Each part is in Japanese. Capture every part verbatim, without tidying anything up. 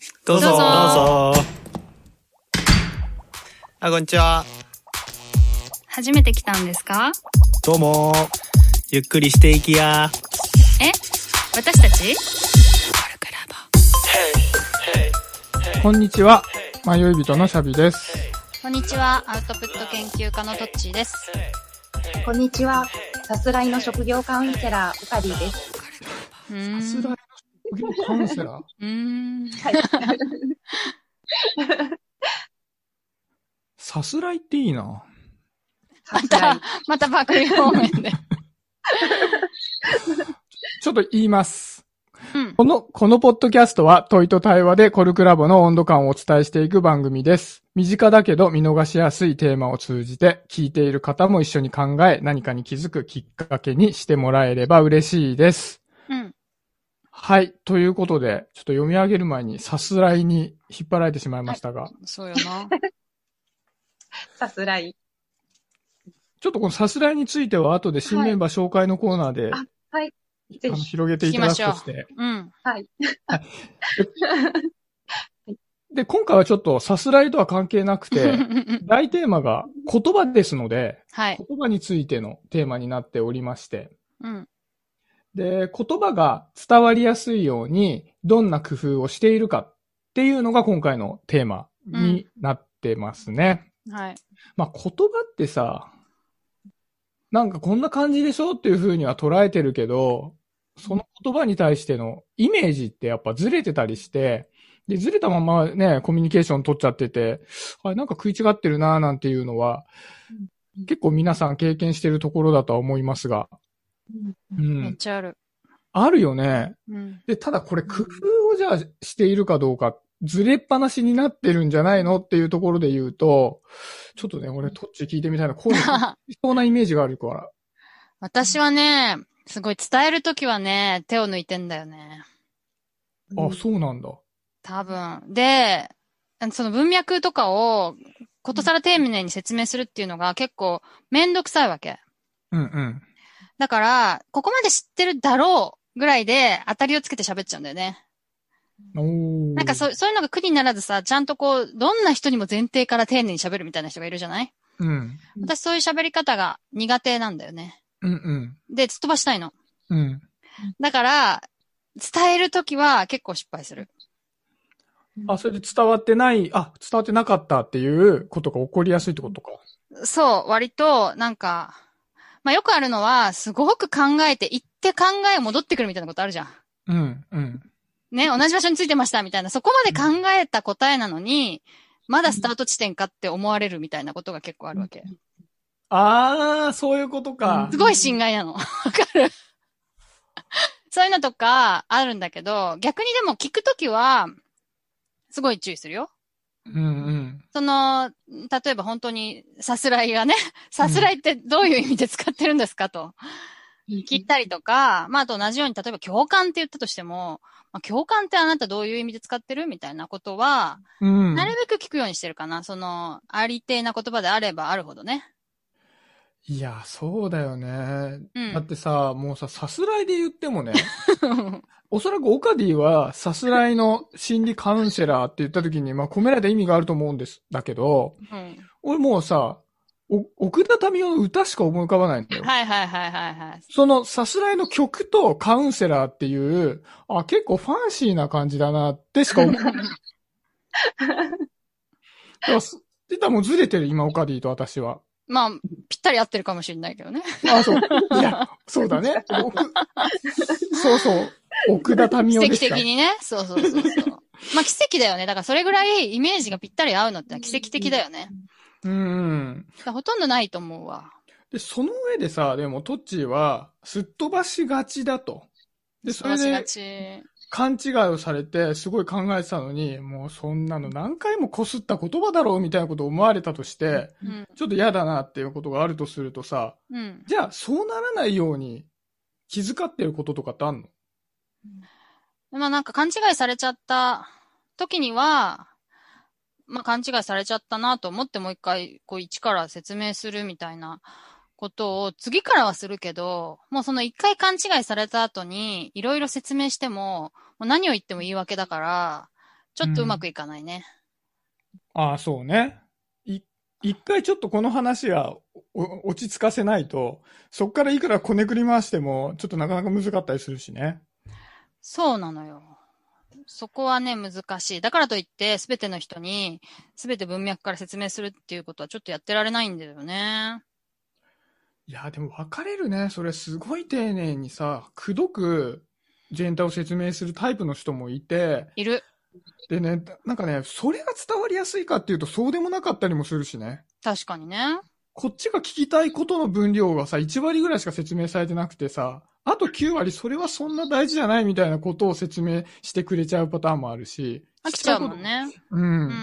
どうぞ。どうぞ。あ、こんにちは。 初めて来たんですか？ どうも。ゆっくりしていきや。 え？私たち？ こんにちは。迷い人のシャビです。 こんにちは。アウトプット研究家のトッチーです。 こんにちは。さすらいの職業カウンセラー、ウカリーです。 さすらいの職業カウンセラーうーん。はい。 さすらいっていいな。 また、また爆裂方面で。 ちょっと言います。 うん、 この、このポッドキャストは問いと対話でコルクラボの温度感をお伝えしていく番組です。身近だけど見逃しやすいテーマを通じて聞いている方も一緒に考え何かに気づくきっかけにしてもらえれば嬉しいです。 うん。 はい。ということで、ちょっと読み上げる前にさすらいに引っ張られてしまいましたが。はい、 そうよな。 さすらい。 ちょっとこのさすらいについては後で新メンバー紹介のコーナーで、 はい。はい。 あの広げていただくとして。 うん。 はい。 はい、で、今回はちょっとさすらいとは関係なくて、大テーマが言葉ですので、 はい、 言葉についてのテーマになっておりまして、 うん、 で、言葉が伝わりやすいようにどんな工夫をしているかっていうのが今回のテーマになってますね。 うん、はい。 まあ言葉ってさ、なんかこんな感じでしょっていう風には捉えてるけど、その言葉に対してのイメージってやっぱずれてたりして、で、ずれたままね、コミュニケーション取っちゃってて、あれなんか食い違ってるなーなんていうのは、結構皆さん経験してるところだとは思いますが。 うん、めっちゃある。 あるよね。 うん、 で、ただこれ工夫をじゃあしているかどうか、ずれっぱなしになってるんじゃないのっていうところで言うと、ちょっとね、俺トッチ聞いてみたいな、こういうそうなイメージがあるから。 私はね、すごい伝えるときはね、手を抜いてんだよね。 あ、そうなんだ。 多分。で、その文脈とかを、ことさら丁寧に説明するっていうのが結構めんどくさいわけ。 うんうん。 だから、ここまで知ってるだろうぐらいで当たりをつけて喋っちゃうんだよね。 おー。 なんかそ、そういうのが苦にならずさ、ちゃんとこう、どんな人にも前提から丁寧に喋るみたいな人がいるじゃない？ うん。 私そういう喋り方が苦手なんだよね。 うんうん。 で、突っ飛ばしたいの。 うん。 だから、伝えるときは結構失敗する。 あ、それで伝わってない、あ、伝わってなかったっていうことが起こりやすいってことか。 そう、割と、なんか、まあよくあるのは、すごく考えて、行って考え戻ってくるみたいなことあるじゃん。 うん、うん。 ね、同じ場所についてましたみたいな、そこまで考えた答えなのに、まだスタート地点かって思われるみたいなことが結構あるわけ。 あー、そういうことか。 すごい心外なの。わかる？そういうのとかあるんだけど、逆にでも聞くときは、すごい注意するよ。 うんうん。 その、例えば本当に、さすらいがね、さすらいってどういう意味で使ってるんですかと、聞いたりとか、まああと同じように、例えば共感って言ったとしても、まあ、共感ってあなたどういう意味で使ってるみたいなことは、うん、なるべく聞くようにしてるかな。その、ありていな言葉であればあるほどね。 いや、そうだよね。 うん、 だってさ、もうさ、さすらいで言ってもね、おそらくオカディはさすらいの心理カウンセラーって言った時に、まあ込められた意味があると思うんです。だけど、うん、俺もうさ、お奥田民生の歌しか思い浮かばないんだよ。 はいはいはいはいはい。そのさすらいの曲とカウンセラーっていう、あ、結構ファンシーな感じだなってしか思わない。だから実はもうずれてる、今オカディと私は。 まあ、ぴったり合ってるかもしれないけどね。 あ、そう。いや、そうだね。そうそう。奥田民生ですか。 奇跡的にね。そうそうそうそう。まあ奇跡だよね。だからそれぐらいイメージがぴったり合うのって奇跡的だよね。 うん。 ほとんどないと思うわ。 で、その上でさ、でもトッチーはすっ飛ばしがちだと。で、それで勘違いをされてすごい考えてたのに、もうそんなの何回もこすった言葉だろうみたいなことを思われたとして、うん、ちょっと嫌だなっていうことがあるとするとさ、うん、じゃあそうならないように気遣ってることとかってあんの？ まあなんか勘違いされちゃった時には、まあ勘違いされちゃったなと思ってもう一回こう一から説明するみたいなことを次からはするけど、もうその一回勘違いされた後にいろいろ説明しても、もう何を言っても言い訳だから、 ちょっとうまくいかないね。 ああ、そうね。い、一回ちょっとこの話はお落ち着かせないと、そっからいくらこねくり回しても、ちょっとなかなか難かったりするしね。 そうなのよ。そこはね、難しい。だからといって、すべての人に、すべて文脈から説明するっていうことはちょっとやってられないんだよね。 いや、でも分かれるね。それすごい丁寧にさ、くどく全体を説明するタイプの人もいて、 いる。 でね、なんかね、それが伝わりやすいかっていうと、そうでもなかったりもするしね。 確かにね。 こっちが聞きたいことの分量がさ、いち割ぐらいしか説明されてなくてさ、あときゅう割それはそんな大事じゃないみたいなことを説明してくれちゃうパターンもあるし。 飽きちゃうもんね。 うん。 うん。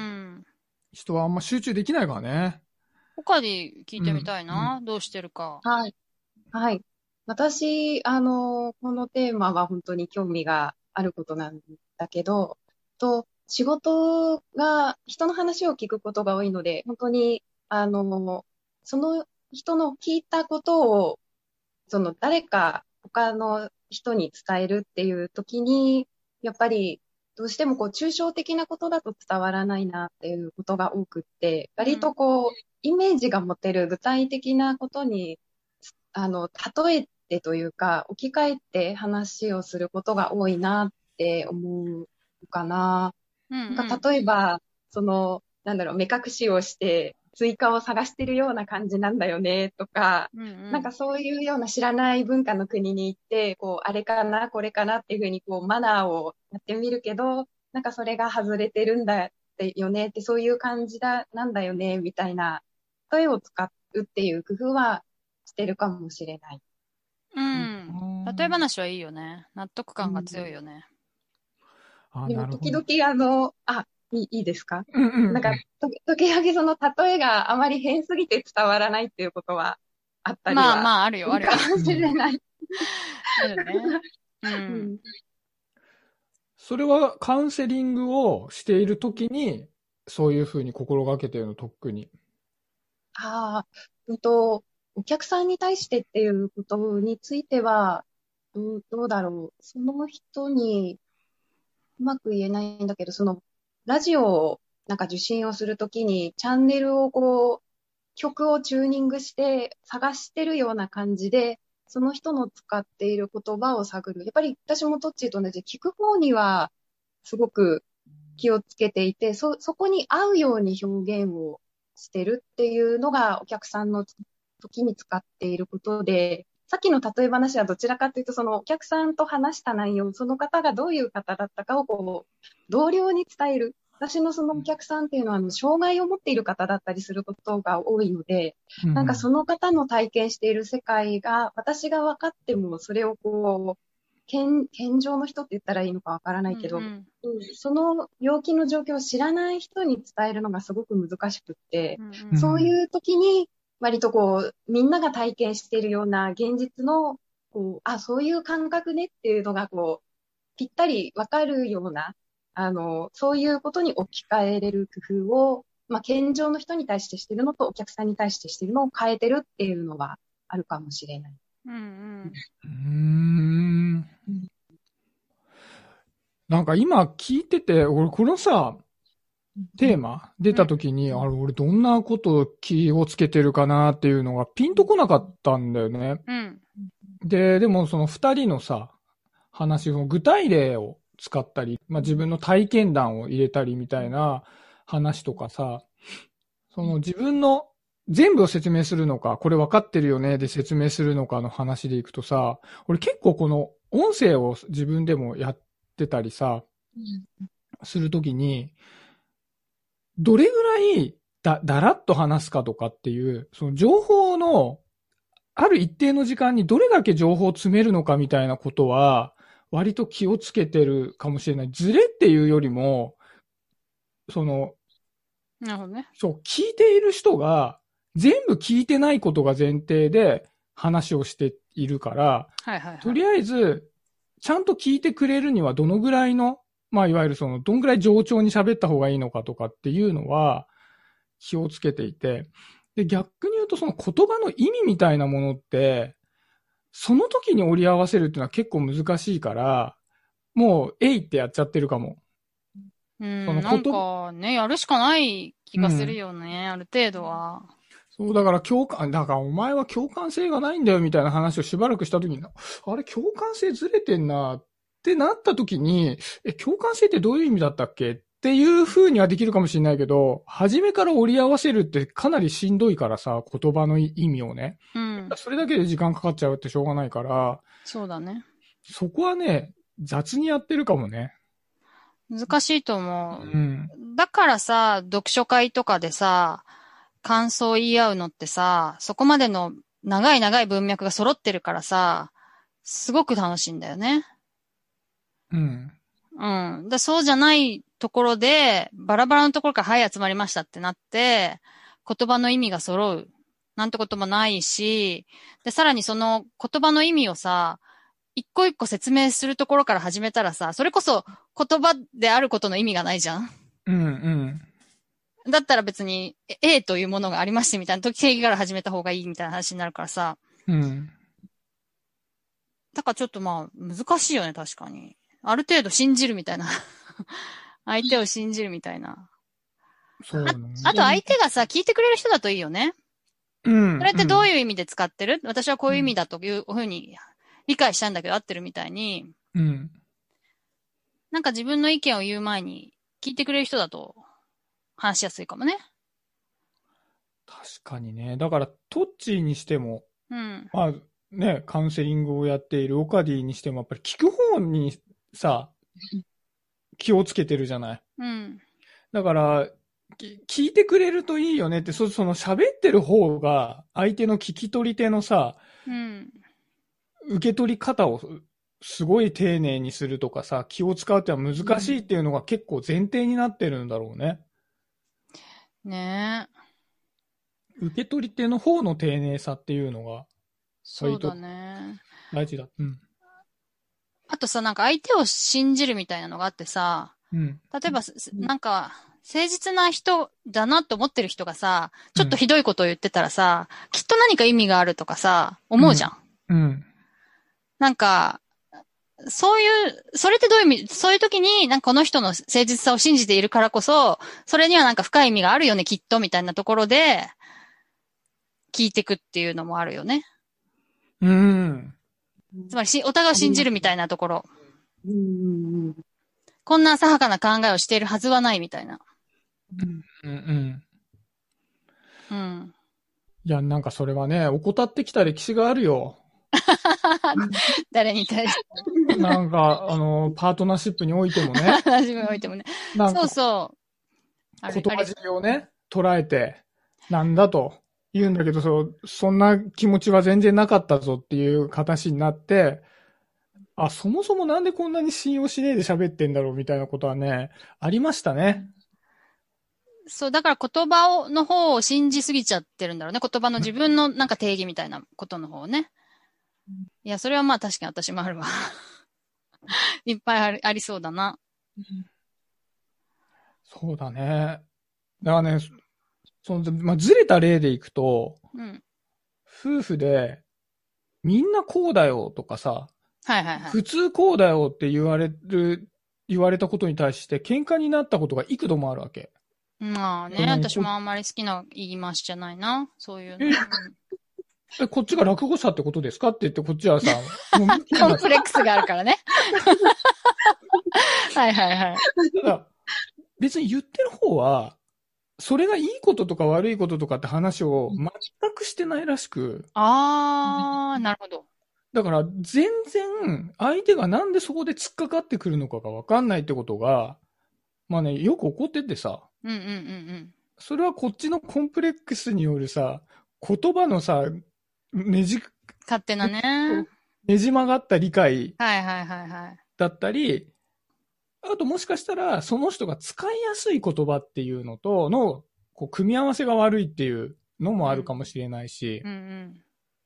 人はあんま集中できないからね。 他に聞いてみたいな。 うん、 どうしてるか。 はい。はい。私、あの、このテーマは本当に興味があることなんだけど、と、仕事が、人の話を聞くことが多いので、本当に、あの、その人の聞いたことを、その誰か他の人に伝えるっていう時に、やっぱりどうしてもこう抽象的なことだと伝わらないなっていうことが多くって、割とこう、イメージが持てる具体的なことに、あの、例えてというか、置き換えて話をすることが多いなって思うかな。 うんうん、 なんか例えば、その、なんだろう、目隠しをして、スイカを探してるような感じなんだよね、とか、 うんうん、 なんかそういうような知らない文化の国に行って、こう、あれかな、これかなっていうふうに、こう、マナーをやってみるけど、なんかそれが外れてるんだってよねって、そういう感じだ、なんだよね、みたいな、声を使うっていう工夫はしてるかもしれない。 うん。例え話はいいよね。納得感が強いよね。 うん、でも時々あの、あ、いい、いいですか？ うんうんうん、 なんか、時々その例えがあまり変すぎて伝わらないっていうことはあったりは。 まあまあ、あるよ、あるよ。 かもしれない。 あるね。うん。うん、 それはカウンセリングをしているときに、そういうふうに心がけているの、とっくに。 ああ、うんと、お客さんに対してっていうことについては、どう、どうだろう。その人にうまく言えないんだけど、その、ラジオをなんか受信をするときに、チャンネルをこう、曲をチューニングして探してるような感じで、その人の使っている言葉を探る。やっぱり私もトッチーと同じ聞く方にはすごく気をつけていて、そ、そこに合うように表現をしてるっていうのがお客さんの時に使っていることで、さっきの例え話はどちらかというと、そのお客さんと話した内容、その方がどういう方だったかをこう、同僚に伝える。私のそのお客さんっていうのは、あの、障害を持っている方だったりすることが多いので、うん、なんかその方の体験している世界が、私が分かっても、それをこう、健、健常の人って言ったらいいのか分からないけど、うんうん、その病気の状況を知らない人に伝えるのがすごく難しくって、うんうん、そういう時に、割とこう、みんなが体験しているような現実の、こう、あ、そういう感覚ねっていうのが、こう、ぴったり分かるような、あの、そういうことに置き換えれる工夫を、まあ、健常の人に対してしてるのとお客さんに対してしてるのを変えてるっていうのはあるかもしれない。 うんうん。 うーん。なんか今聞いてて、俺このさ、テーマ出た時に、うん、あれ俺どんなこと気をつけてるかなっていうのがピンとこなかったんだよね。 うん、 で、でもその二人のさ、話の具体例を使ったり、まあ、自分の体験談を入れたりみたいな話とかさ、その自分の全部を説明するのか、これ分かってるよねで説明するのかの話でいくとさ、俺結構この音声を自分でもやってたりさ、するときに、どれぐらいだ、だらっと話すかとかっていう、その情報のある一定の時間にどれだけ情報を詰めるのかみたいなことは、割と気をつけてるかもしれない。ズレっていうよりも、その、 なるほどね。 そう、聞いている人が全部聞いてないことが前提で話をしているから、 はいはいはい、 とりあえず、ちゃんと聞いてくれるにはどのぐらいの、まあいわゆるその、どんぐらい冗長に喋った方がいいのかとかっていうのは気をつけていて、で、逆に言うとその言葉の意味みたいなものって、その時に折り合わせるっていうのは結構難しいから、もう、えいってやっちゃってるかも。 うん、 そのなん言かね、やるしかない気がするよね、ある程度は。 そう、だから共感、だからお前は共感性がないんだよみたいな話をしばらくしたときに、あれ共感性ずれてんなってなったときに、え、共感性ってどういう意味だったっけっていう風にはできるかもしれないけど、初めから折り合わせるってかなりしんどいからさ、言葉の意味をね。 うん。 それだけで時間かかっちゃうってしょうがないから、 そうだね。 そこはね、雑にやってるかもね。 難しいと思う。 うん。 だからさ、読書会とかでさ、感想を言い合うのってさ、そこまでの長い長い文脈が揃ってるからさ、すごく楽しいんだよね。 うん。 うん。だそうじゃないところで、バラバラのところからはい集まりましたってなって、言葉の意味が揃う。なんてこともないし、で、さらにその言葉の意味をさ、一個一個説明するところから始めたらさ、それこそ言葉であることの意味がないじゃん。 うんうんだったら別に A というものがありましてみたいな時定義から始めた方がいいみたいな話になるからさ。 うん。 だからちょっとまあ難しいよね、確かに。ある程度信じるみたいな。相手を信じるみたいな。 そうね。 あと相手がさ、聞いてくれる人だといいよね。 うん。 それってどういう意味で使ってる？私はこういう意味だというふうに理解したんだけど合ってるみたいに。 うん。 なんか自分の意見を言う前に聞いてくれる人だと話しやすいかもね。 確かにね。だから、トッチーにしても、 うん。 まあね、カウンセリングをやっているオカディにしても、やっぱり聞く方にさ、気をつけてるじゃない。 うん。 だから、聞いてくれるといいよねって、そ、その喋ってる方が、相手の聞き取り手のさ、 うん。 受け取り方をすごい丁寧にするとかさ、気を使うってのは難しいっていうのが結構前提になってるんだろうね。 ねえ。 受け取り手の方の丁寧さっていうのが、 そうだね。 大事だ。うん。 あとさ、なんか相手を信じるみたいなのがあってさ、 うん。 例えば、なんか、誠実な人だなって思ってる人がさ、ちょっとひどいことを言ってたらさ、うん、きっと何か意味があるとかさ、思うじゃん。 うん。うん、 なんか、そういう、それってどういう意味、そういう時に、なんかこの人の誠実さを信じているからこそ、それにはなんか深い意味があるよね、きっと、みたいなところで、聞いてくっていうのもあるよね。 うん。 つまりし、お互いを信じるみたいなところ。 うん。 こんな浅はかな考えをしているはずはないみたいな。 うん。うん。 うん。 いや、なんかそれはね、怠ってきた歴史があるよ。 誰に対して。 なんか、あの、パートナーシップにおいてもね。 パートナーシップにおいてもね。そうそう。 言葉尻をね、捉えて、なんだと言うんだけど、そう、そんな気持ちは全然なかったぞっていう形になって、あ、そもそもなんでこんなに信用しねえで喋ってんだろうみたいなことはね、ありましたね。 そう、だから言葉をの方を信じすぎちゃってるんだろうね。言葉の自分のなんか定義みたいなことの方をね。いや、それはまあ確かに私もあるわ。いっぱいあり、ありそうだな。 そうだね。だからね、その、まあ、ずれた例でいくと、 うん、 夫婦で、みんなこうだよとかさ、 はいはいはい。 普通こうだよって言われる、言われたことに対して喧嘩になったことが幾度もあるわけ。 まあね、私もあんまり好きな言い回しじゃないな。そういうの。 え、こっちが落語者ってことですかって言って、こっちはさ、 もうコンプレックスがあるからね。はいはいはい。 ただ別に言ってる方は、それがいいこととか悪いこととかって話を全くしてないらしく。 あー、なるほど。 だから全然相手がなんでそこで突っかかってくるのかがわかんないってことが、まあね、よく起こっててさ。 うんうんうんうん。 それはこっちのコンプレックスによるさ、言葉のさ、ねじ、 勝手なね。 ねじ曲がった理解。 はいはいはいはい。 だったり、あともしかしたら、その人が使いやすい言葉っていうのとの、こう、組み合わせが悪いっていうのもあるかもしれないし。 うんうん、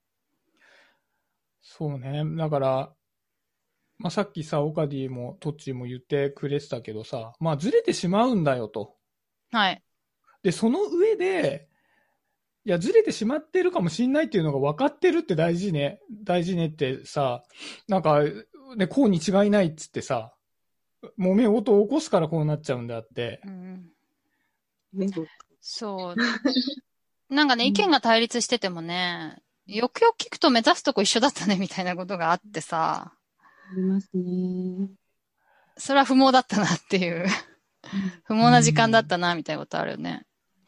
そうね。だから、まあ、さっきさ、オカディもトッチーも言ってくれてたけどさ、まあ、ずれてしまうんだよと。 はい。 で、その上で、いや、ずれてしまってるかもしんないっていうのが分かってるって大事ね。大事ねってさ、なんか、ね、こうに違いないっつってさ、 揉め事を起こすからこうなっちゃうんであって。 うん、 ね、 そう。なんかね、意見が対立しててもね、よくよく聞くと目指すとこ一緒だったねみたいなことがあってさ。 ありますね。 それは不毛だったなっていう。不毛な時間だったなみたいなことあるよね。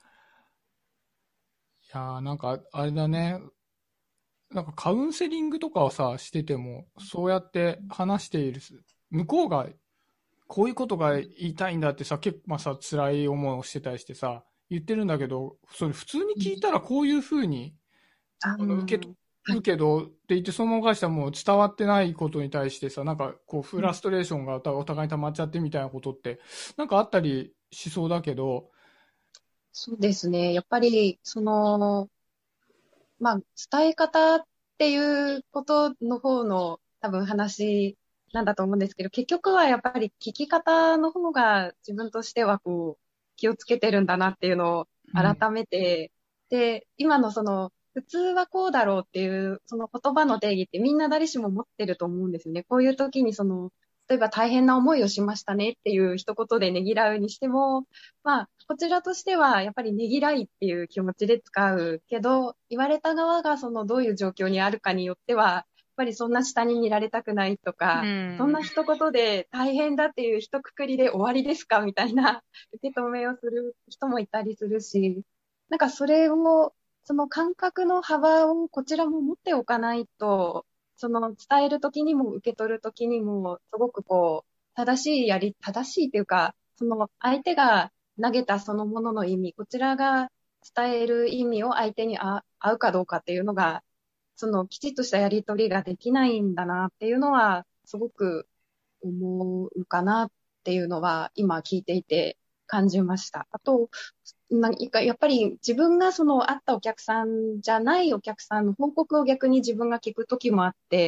いやーなんか、あれだね。なんかカウンセリングとかをさ、してても、そうやって話している。向こうが、こういうことが言いたいんだってさ、結構まあさ、辛い思いをしてたりしてさ、言ってるんだけど、それ普通に聞いたらこういうふうに、あの受けるけどって言って、そのまま返したらもう伝わってないことに対してさ、なんかこうフラストレーションがお互いに溜まっちゃってみたいなことって、なんかあったりしそうだけど。 そうですね。やっぱり、その、まあ、伝え方っていうことの方の多分話なんだと思うんですけど、結局はやっぱり聞き方の方が自分としてはこう、気をつけてるんだなっていうのを改めて、うん、で、今のその、普通はこうだろうっていう、その言葉の定義ってみんな誰しも持ってると思うんですよね。こういう時にその、例えば大変な思いをしましたねっていう一言でねぎらうにしても、まあ、こちらとしてはやっぱりねぎらいっていう気持ちで使うけど、言われた側がそのどういう状況にあるかによっては、やっぱりそんな下に見られたくないとか、うん、そんな一言で大変だっていう一括りで終わりですかみたいな受け止めをする人もいたりするし、なんかそれを、その感覚の幅をこちらも持っておかないと、その伝えるときにも受け取るときにも、すごくこう、正しいやり、正しいというか、その相手が投げたそのものの意味、こちらが伝える意味を相手に合うかどうかっていうのが、そのきちっとしたやりとりができないんだなっていうのは、すごく思うかなっていうのは、今聞いていて感じました。あと、なんかやっぱり自分がその会ったお客さんじゃないお客さんの報告を逆に自分が聞くときもあって、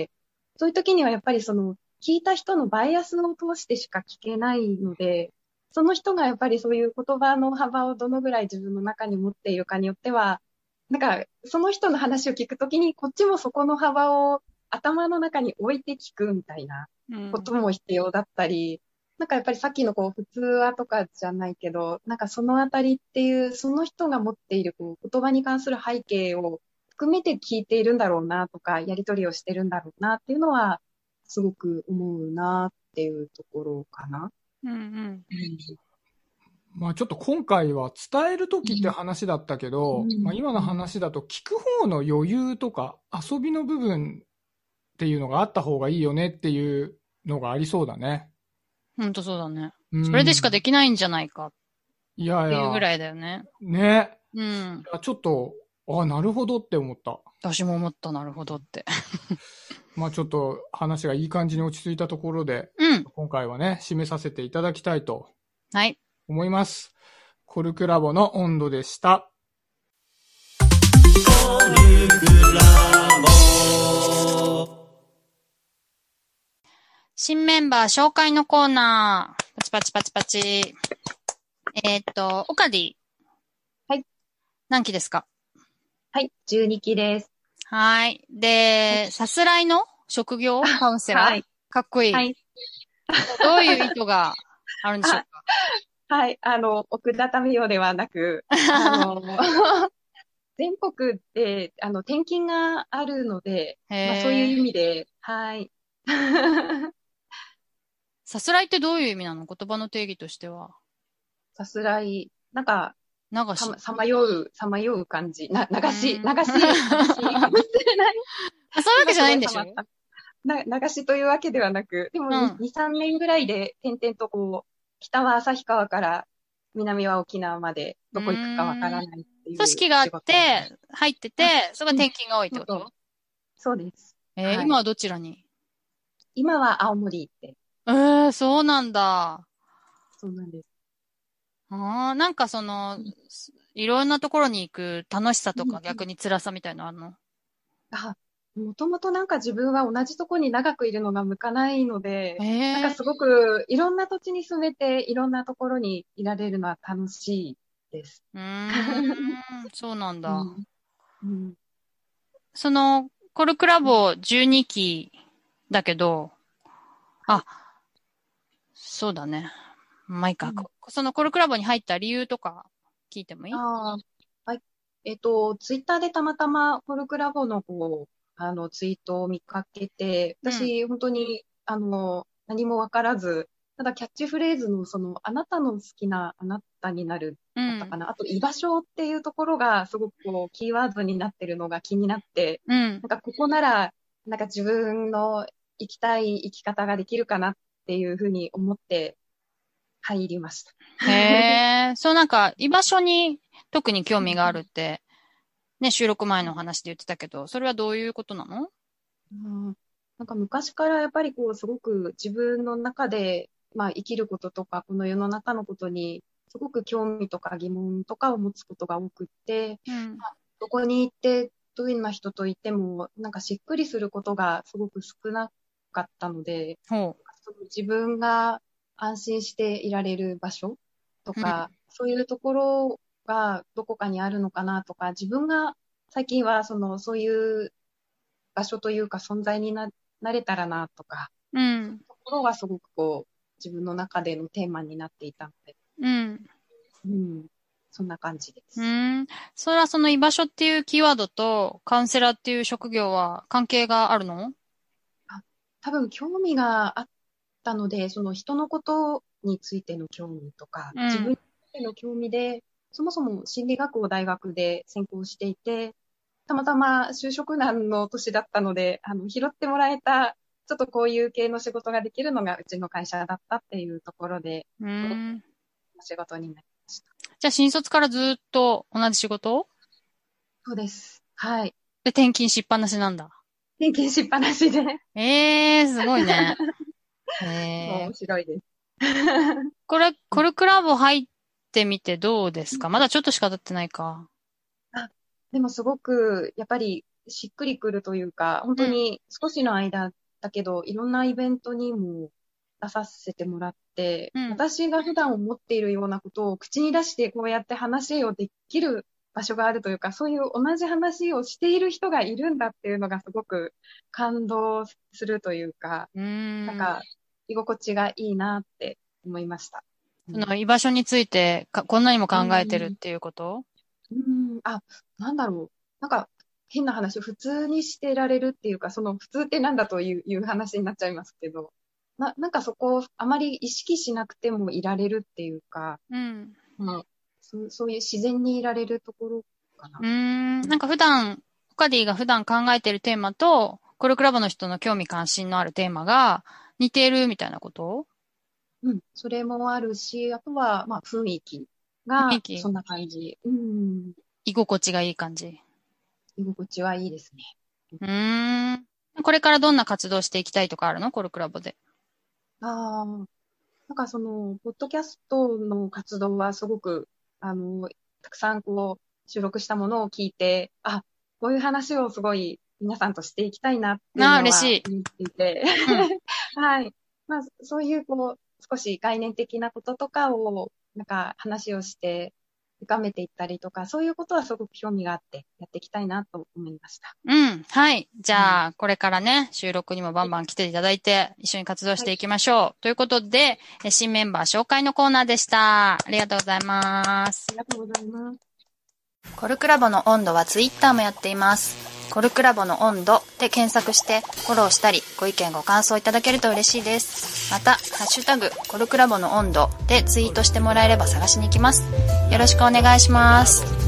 そういうときにはやっぱりその聞いた人のバイアスを通してしか聞けないので、その人がやっぱりそういう言葉の幅をどのぐらい自分の中に持っているかによっては、なんかその人の話を聞くときにこっちもそこの幅を頭の中に置いて聞くみたいなことも必要だったり、うん、なんかやっぱりさっきのこう普通話とかじゃないけど、なんかそのあたりっていうその人が持っているこう言葉に関する背景を含めて聞いているんだろうなとか、やりとりをしてるんだろうなっていうのはすごく思うなっていうところかな。 うんうん。 まあちょっと今回は伝えるときって話だったけど、うんまあ、今の話だと聞く方の余裕とか遊びの部分っていうのがあった方がいいよねっていうのがありそうだね。 ほんとそうだね。うん、それでしかできないんじゃないか。いやいや。っていうぐらいだよね。 ね。 うん。 いやちょっと、あ、なるほどって思った。 私も思った、なるほどって。 まあちょっと話がいい感じに落ち着いたところで、 うん、 今回はね、締めさせていただきたいと。 はい。 思います。コルクラボの温度でした。コルクラボ新メンバー紹介のコーナー。パチパチパチパチ。えっと、オカディ。 はい。 何期ですか？ はい、じゅうにきです。 はい。で、さすらいの職業カウンセラー、はい、かっこいい。はい。どういう意図があるんでしょうか？ はい、あの、奥田民生ではなく、あの、全国で、あの、転勤があるので、まあ、そういう意味で、はい。 さすらいってどういう意味なの？言葉の定義としては。 さすらい、なんか、 流し。 さまよう、さまよう感じ。な、流し、流し、流しかもしれない。 そういうわけじゃないんでしょ？ な流しというわけではなく、でもに、うん、に、さんねんぐらいで点々とこう、北は旭川から南は沖縄までどこ行くかわからないっていう。 組織があって、入ってて、それが転勤が多いってこと？うん、 そうそうです。 えーはい、今はどちらに？ 今は青森って。 えー、そうなんだ。 そうなんです。 ああ、なんかその、うん、いろんなところに行く楽しさとか逆に辛さみたいなのあるの？ あ、もともとなんか自分は同じとこに長くいるのが向かないので、 えー、 なんかすごくいろんな土地に住めていろんなところにいられるのは楽しいです。 うーん、そうなんだ。 うんうん、 その、コルクラボじゅうにきだけど、あ、 そうだね。まあいいか、 うん、 そのコルクラボに入った理由とか聞いてもいい？ ああ、はい。えっと、ツイッターでたまたまコルクラボのこう、あの、ツイートを見かけて、 うん。 私、本当に、あの、何もわからず、ただキャッチフレーズのその、あなたの好きなあなたになる、 うん。 だったかな。あと、居場所っていうところがすごくこう、キーワードになってるのが気になって、 うん。 なんかここなら、なんか自分の生きたい生き方ができるかなっていうふうに思って入りました。 へえ、そうなんか居場所に特に興味があるって、ね、収録前の話で言ってたけど、それはどういうことなの？ うん、なんか昔からやっぱりこう、すごく自分の中で、まあ生きることとか、この世の中のことに、すごく興味とか疑問とかを持つことが多くって、 うん。 まあどこに行って、どんな人といても、なんかしっくりすることがすごく少なかったので、 ほその自分が安心していられる場所とう。うん。 か、そういうところがどこかにあるのかなとか、自分が最近はその、そういう場所というか存在にな、なれたらなとか、 うん。 ところがすごくこう、自分の中でのテーマになっていたので、 うん。 うん、そんな感じでうす。 ーん。それはその居場所っていうキーワードとカウンセラーっていう職業は関係があるの？ あ、多分興味があったので、その人のことについての興味とか、 うん。 自分についての興味で、そもそも心理学を大学で専攻していて、たまたま就職難の年だったので、あの、拾ってもらえた、ちょっとこういう系の仕事ができるのがうちの会社だったっていうところで、 うーん。 仕事になりました。 じゃあ新卒からずっと同じ仕事そうです。はい。 で転勤しっぱなしなんだ。 転勤しっぱなしで。 ええー、すごいね。ええ面白いです。 これ、コルクラボ入ってみてどうですか？まだちょっとしか経ってないか。 あ、でもすごく、やっぱりしっくりくるというか、本うん。 当に少しの間だけど、いろんなイベントにも出させてもらって、 うん。 私が普段思っているようなことを口に出してこうやって話をできる場所があるというか、そういう同じ話をしている人がいるんだっていうのがすごく感動するというか、 うーん。 なんか居心地がいいなって思いました。うん。 その居場所についてか、こんなにも考うえてるっん。 ていうこと？ うん、あ、なんだろう。なんか、変な話、普通にしてられるっていうか、その普通ってなんだという、いう話になっちゃいますけど、な、なんかそこをあまり意識しなくてもいられるっていうか、 うん。 まあ、そう、そういう自然にいられるところかな。 うーん。 うん。 なんか普段、ホカディが普段考えてるテーマと、コルクラボの人の興味関心のあるテーマが似ているみたいなこと？ うん、それもあるし、あとは、まあ、雰囲気雰囲気、 がそんな感じ。うん。 居心地がいい感じ。 居心地はいいですね。 うーん。これからどんな活動していきたいとかあるの？コルクラボで。 ああ、なんかその、ポッドキャストの活動はすごく、あの、たくさんこう、収録したものを聞いて、あ、こういう話をすごい皆さんとしていきたいなっていうああ、 の嬉しい。 は思っていて、 うん。 はい。まあ、そういうこう、少し概念的なこととかを、なんか話をして深めていったりとか、そういうことはすごく興味があってやっていきたいなと思いました。 うん。はい。じうん。 ゃあ、これからね、収録にもバンバン来ていただいて、一緒に活動しはい。 ていきましょう。ということで、え新メンバー紹介のコーナーでした。ありがとうございます。 ありがとうございます。 コルクラボの温度はツイッターもやっています。コルクラボの温度で検索してフォローしたり、ご意見ご感想いただけると嬉しいです。また、ハッシュタグコルクラボの温度でツイートしてもらえれば探しに行きます。よろしくお願いします。